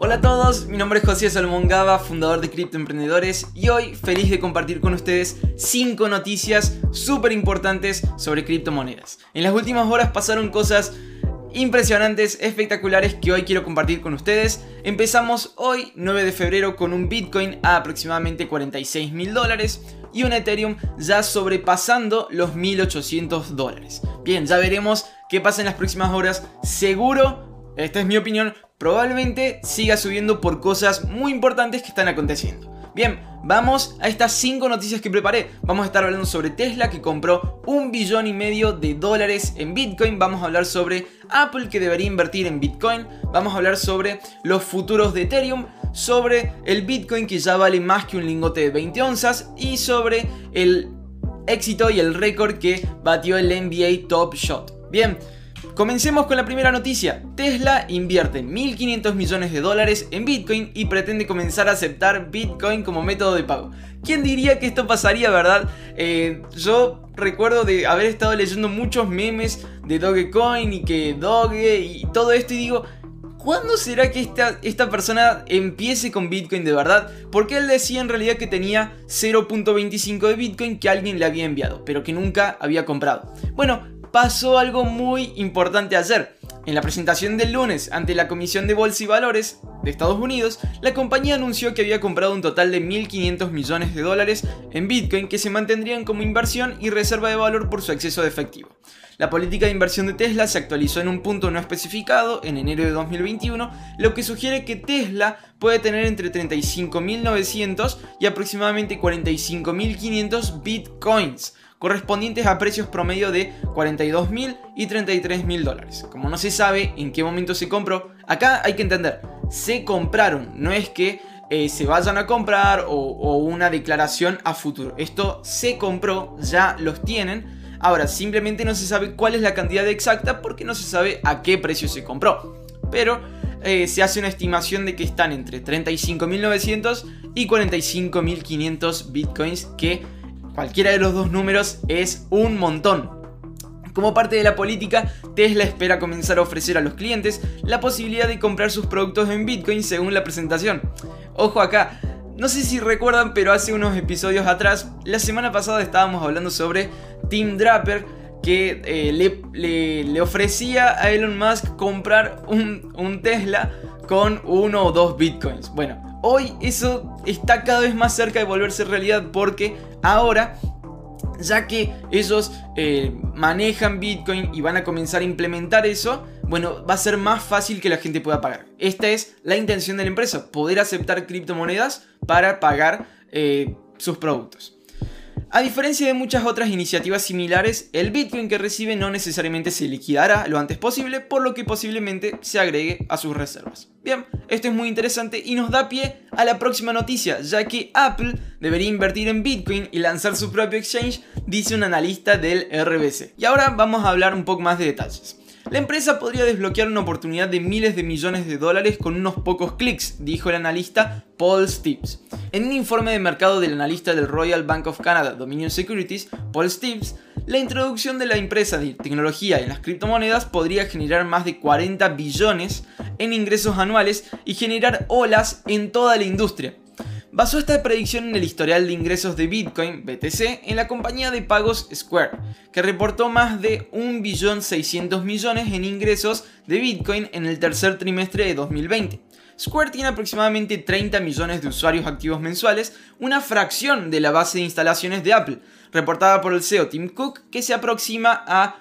Hola a todos, mi nombre es José Salomón Gaba, fundador de Criptoemprendedores, y hoy feliz de compartir con ustedes 5 noticias súper importantes sobre criptomonedas. En las últimas horas pasaron cosas impresionantes, espectaculares que hoy quiero compartir con ustedes. Empezamos hoy, 9 de febrero, con un Bitcoin a aproximadamente $46.000 y un Ethereum ya sobrepasando los $1.800. Bien, ya veremos qué pasa en las próximas horas. Seguro, esta es mi opinión, probablemente siga subiendo por cosas muy importantes que están aconteciendo. Bien, vamos a estas 5 noticias que preparé. Vamos a estar hablando sobre Tesla, que compró $1,5 billones en Bitcoin. Vamos a hablar sobre Apple, que debería invertir en Bitcoin. Vamos a hablar sobre los futuros de Ethereum, sobre el Bitcoin, que ya vale más que un lingote de 20 onzas, y sobre el éxito y el récord que batió el NBA Top Shot. Bien, comencemos con la primera noticia. Tesla invierte $1.500 millones en Bitcoin y pretende comenzar a aceptar Bitcoin como método de pago. ¿Quién diría que esto pasaría, verdad? Yo recuerdo de haber estado leyendo muchos memes de Dogecoin y que Doge y todo esto, y digo, ¿cuándo será que esta persona empiece con Bitcoin de verdad? Porque él decía en realidad que tenía 0.25 de Bitcoin que alguien le había enviado, pero que nunca había comprado. Bueno, pasó algo muy importante ayer. En la presentación del lunes ante la Comisión de Bolsa y Valores de Estados Unidos, la compañía anunció que había comprado un total de $1.500 millones en Bitcoin, que se mantendrían como inversión y reserva de valor por su exceso de efectivo. La política de inversión de Tesla se actualizó en un punto no especificado en enero de 2021, lo que sugiere que Tesla puede tener entre 35.900 y aproximadamente 45.500 Bitcoins, correspondientes a precios promedio de $42.000 y $33.000. Como no se sabe en qué momento se compró, acá hay que entender, se compraron, no es que se vayan a comprar o una declaración a futuro. Esto se compró, ya los tienen. Ahora, simplemente no se sabe cuál es la cantidad exacta porque no se sabe a qué precio se compró. Pero se hace una estimación de que están entre 35.900 y 45.500 Bitcoins, que cualquiera de los dos números es un montón. Como parte de la política, Tesla espera comenzar a ofrecer a los clientes la posibilidad de comprar sus productos en Bitcoin según la presentación. Ojo acá, no sé si recuerdan, pero hace unos episodios atrás, la semana pasada estábamos hablando sobre Tim Draper, que le ofrecía a Elon Musk comprar un Tesla con 1 o 2 Bitcoins. Bueno, hoy eso está cada vez más cerca de volverse realidad, porque ahora, ya que ellos manejan Bitcoin y van a comenzar a implementar eso, bueno, va a ser más fácil que la gente pueda pagar. Esta es la intención de la empresa, poder aceptar criptomonedas para pagar sus productos. A diferencia de muchas otras iniciativas similares, el Bitcoin que recibe no necesariamente se liquidará lo antes posible, por lo que posiblemente se agregue a sus reservas. Bien, esto es muy interesante y nos da pie a la próxima noticia, ya que Apple debería invertir en Bitcoin y lanzar su propio exchange, dice un analista del RBC. Y ahora vamos a hablar un poco más de detalles. La empresa podría desbloquear una oportunidad de miles de millones de dólares con unos pocos clics, dijo el analista Paul Steeves. En un informe de mercado del analista del Royal Bank of Canada, Dominion Securities, Paul Steeves, la introducción de la empresa de tecnología en las criptomonedas podría generar más de 40 billones en ingresos anuales y generar olas en toda la industria. Basó esta predicción en el historial de ingresos de Bitcoin, BTC, en la compañía de pagos Square, que reportó más de $1.6 billones en ingresos de Bitcoin en el tercer trimestre de 2020. Square tiene aproximadamente 30 millones de usuarios activos mensuales, una fracción de la base de instalaciones de Apple, reportada por el CEO Tim Cook, que se aproxima a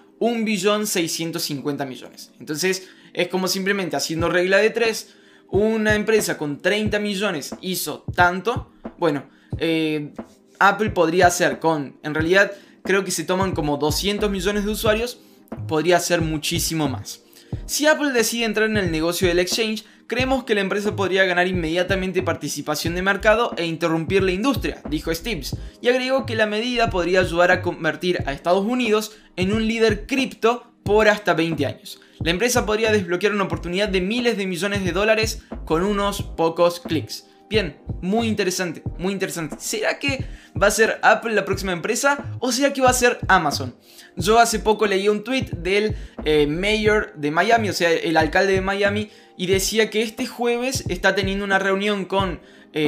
$1.650 billones. Entonces, es como simplemente haciendo regla de 3, una empresa con 30 millones hizo tanto. Bueno, Apple podría hacer en realidad creo que se toman como 200 millones de usuarios, podría hacer muchísimo más. Si Apple decide entrar en el negocio del exchange, creemos que la empresa podría ganar inmediatamente participación de mercado e interrumpir la industria, dijo Steeves, y agregó que la medida podría ayudar a convertir a Estados Unidos en un líder cripto por hasta 20 años. La empresa podría desbloquear una oportunidad de miles de millones de dólares con unos pocos clics. Bien, muy interesante, muy interesante. ¿Será que va a ser Apple la próxima empresa o será que va a ser Amazon? Yo hace poco leí un tweet del mayor de Miami, o sea, el alcalde de Miami, y decía que este jueves está teniendo una reunión con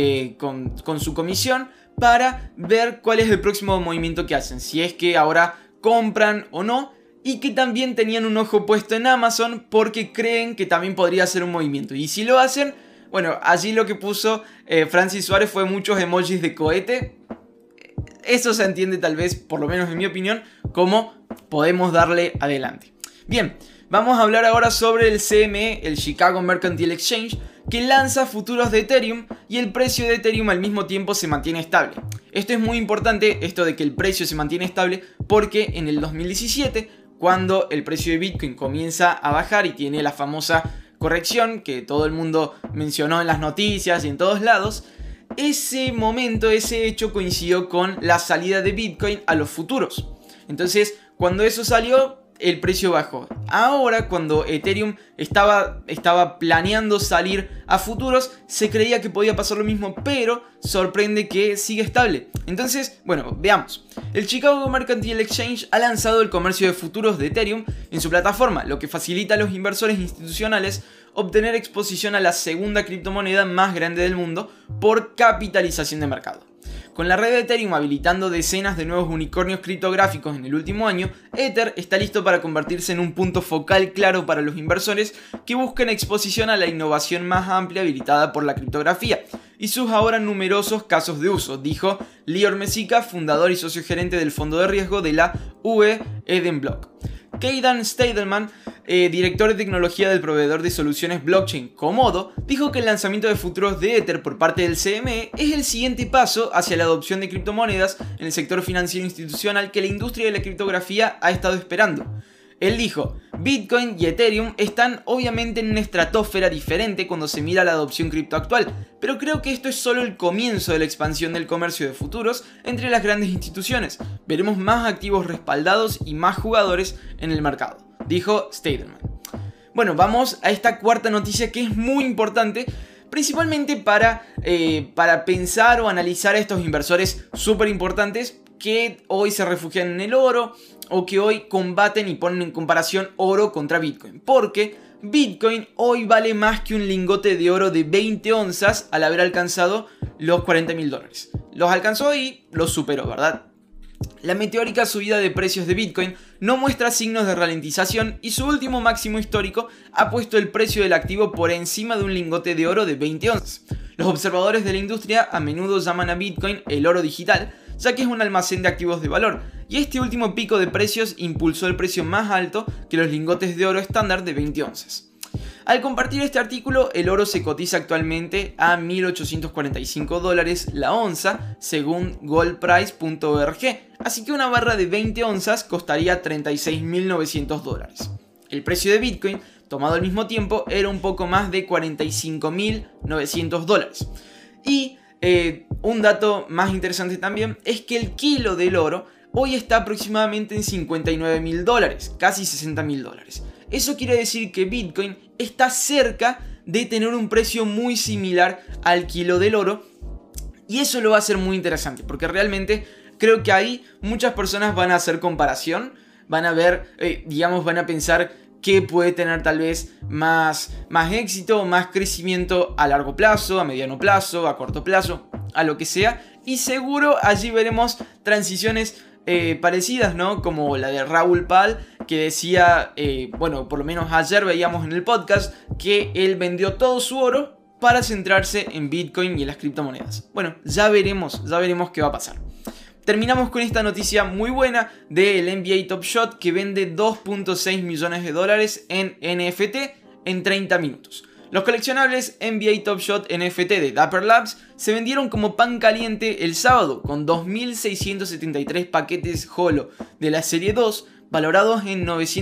su comisión para ver cuál es el próximo movimiento que hacen, si es que ahora compran o no, y que también tenían un ojo puesto en Amazon porque creen que también podría ser un movimiento. Y si lo hacen, bueno, allí lo que puso Francis Suárez fue muchos emojis de cohete. Eso se entiende tal vez, por lo menos en mi opinión, como podemos darle adelante. Bien, vamos a hablar ahora sobre el CME, el Chicago Mercantile Exchange, que lanza futuros de Ethereum y el precio de Ethereum al mismo tiempo se mantiene estable. Esto es muy importante, esto de que el precio se mantiene estable, porque en el 2017, cuando el precio de Bitcoin comienza a bajar y tiene la famosa corrección que todo el mundo mencionó en las noticias y en todos lados, ese momento, ese hecho coincidió con la salida de Bitcoin a los futuros. Entonces, cuando eso salió, el precio bajó. Ahora, cuando Ethereum estaba planeando salir a futuros, se creía que podía pasar lo mismo, pero sorprende que sigue estable. Entonces, bueno, veamos. El Chicago Mercantile Exchange ha lanzado el comercio de futuros de Ethereum en su plataforma, lo que facilita a los inversores institucionales obtener exposición a la segunda criptomoneda más grande del mundo por capitalización de mercado. Con la red de Ethereum habilitando decenas de nuevos unicornios criptográficos en el último año, Ether está listo para convertirse en un punto focal claro para los inversores que buscan exposición a la innovación más amplia habilitada por la criptografía y sus ahora numerosos casos de uso, dijo Lior Mesica, fundador y socio gerente del fondo de riesgo de la UE Edenblock. Kaydan Stadelman, director de tecnología del proveedor de soluciones blockchain Komodo, dijo que el lanzamiento de futuros de Ether por parte del CME es el siguiente paso hacia la adopción de criptomonedas en el sector financiero institucional que la industria de la criptografía ha estado esperando. Él dijo, Bitcoin y Ethereum están obviamente en una estratosfera diferente cuando se mira la adopción cripto actual, pero creo que esto es solo el comienzo de la expansión del comercio de futuros entre las grandes instituciones. Veremos más activos respaldados y más jugadores en el mercado, dijo Stadelman. Bueno, vamos a esta cuarta noticia que es muy importante, principalmente para pensar o analizar a estos inversores súper importantes que hoy se refugian en el oro o que hoy combaten y ponen en comparación oro contra Bitcoin. Porque Bitcoin hoy vale más que un lingote de oro de 20 onzas al haber alcanzado los $40.000. Los alcanzó y los superó, ¿verdad? La meteórica subida de precios de Bitcoin no muestra signos de ralentización y su último máximo histórico ha puesto el precio del activo por encima de un lingote de oro de 20 onzas. Los observadores de la industria a menudo llaman a Bitcoin el oro digital, ya que es un almacén de activos de valor, y este último pico de precios impulsó el precio más alto que los lingotes de oro estándar de 20 onzas. Al compartir este artículo, el oro se cotiza actualmente a $1.845 la onza, según goldprice.org, así que una barra de 20 onzas costaría $36.900. El precio de Bitcoin, tomado al mismo tiempo, era un poco más de $45.900. Y un dato más interesante también es que el kilo del oro hoy está aproximadamente en $59.000, casi $60.000. Eso quiere decir que Bitcoin está cerca de tener un precio muy similar al kilo del oro, y eso lo va a hacer muy interesante porque realmente creo que ahí muchas personas van a hacer comparación, van a ver, van a pensar que puede tener tal vez más éxito, más crecimiento a largo plazo, a mediano plazo, a corto plazo, a lo que sea. Y seguro allí veremos transiciones parecidas, ¿no? Como la de Raoul Pal, que decía, por lo menos ayer veíamos en el podcast, que él vendió todo su oro para centrarse en Bitcoin y en las criptomonedas. Bueno, ya veremos qué va a pasar. Terminamos con esta noticia muy buena del NBA Top Shot, que vende $2.6 millones en NFT en 30 minutos. Los coleccionables NBA Top Shot NFT de Dapper Labs se vendieron como pan caliente el sábado, con 2.673 paquetes holo de la serie 2 valorados en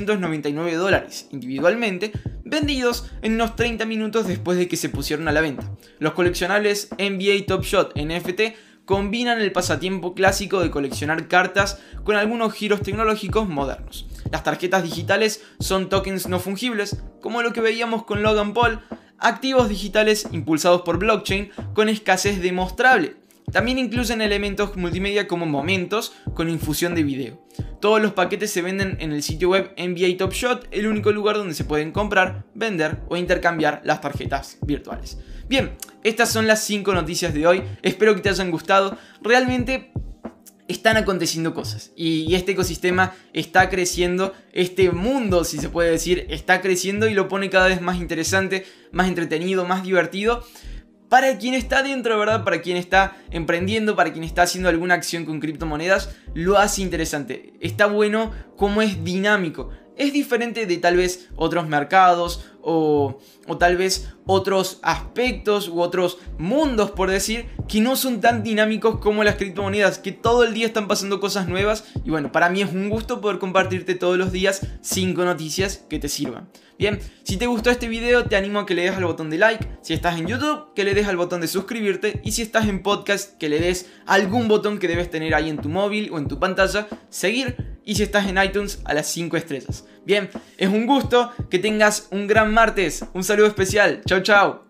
$999 individualmente, vendidos en unos 30 minutos después de que se pusieron a la venta. Los coleccionables NBA Top Shot NFT combinan el pasatiempo clásico de coleccionar cartas con algunos giros tecnológicos modernos. Las tarjetas digitales son tokens no fungibles, como lo que veíamos con Logan Paul, activos digitales impulsados por blockchain con escasez demostrable. También incluyen elementos multimedia como momentos con infusión de video. Todos los paquetes se venden en el sitio web NBA Top Shot, el único lugar donde se pueden comprar, vender o intercambiar las tarjetas virtuales. Bien, estas son las 5 noticias de hoy, espero que te hayan gustado. Realmente están aconteciendo cosas y este ecosistema está creciendo, este mundo, si se puede decir, está creciendo y lo pone cada vez más interesante, más entretenido, más divertido. Para quien está dentro, ¿verdad? Para quien está emprendiendo, para quien está haciendo alguna acción con criptomonedas, lo hace interesante. Está bueno cómo es dinámico. Es diferente de tal vez otros mercados o tal vez otros aspectos u otros mundos, por decir, que no son tan dinámicos como las criptomonedas, que todo el día están pasando cosas nuevas. Y bueno, para mí es un gusto poder compartirte todos los días 5 noticias que te sirvan. Bien, si te gustó este video te animo a que le des al botón de like, si estás en YouTube que le des al botón de suscribirte y si estás en podcast que le des algún botón que debes tener ahí en tu móvil o en tu pantalla, seguir, y si estás en iTunes a las 5 estrellas. Bien, es un gusto, que tengas un gran martes, un saludo especial, chau chau.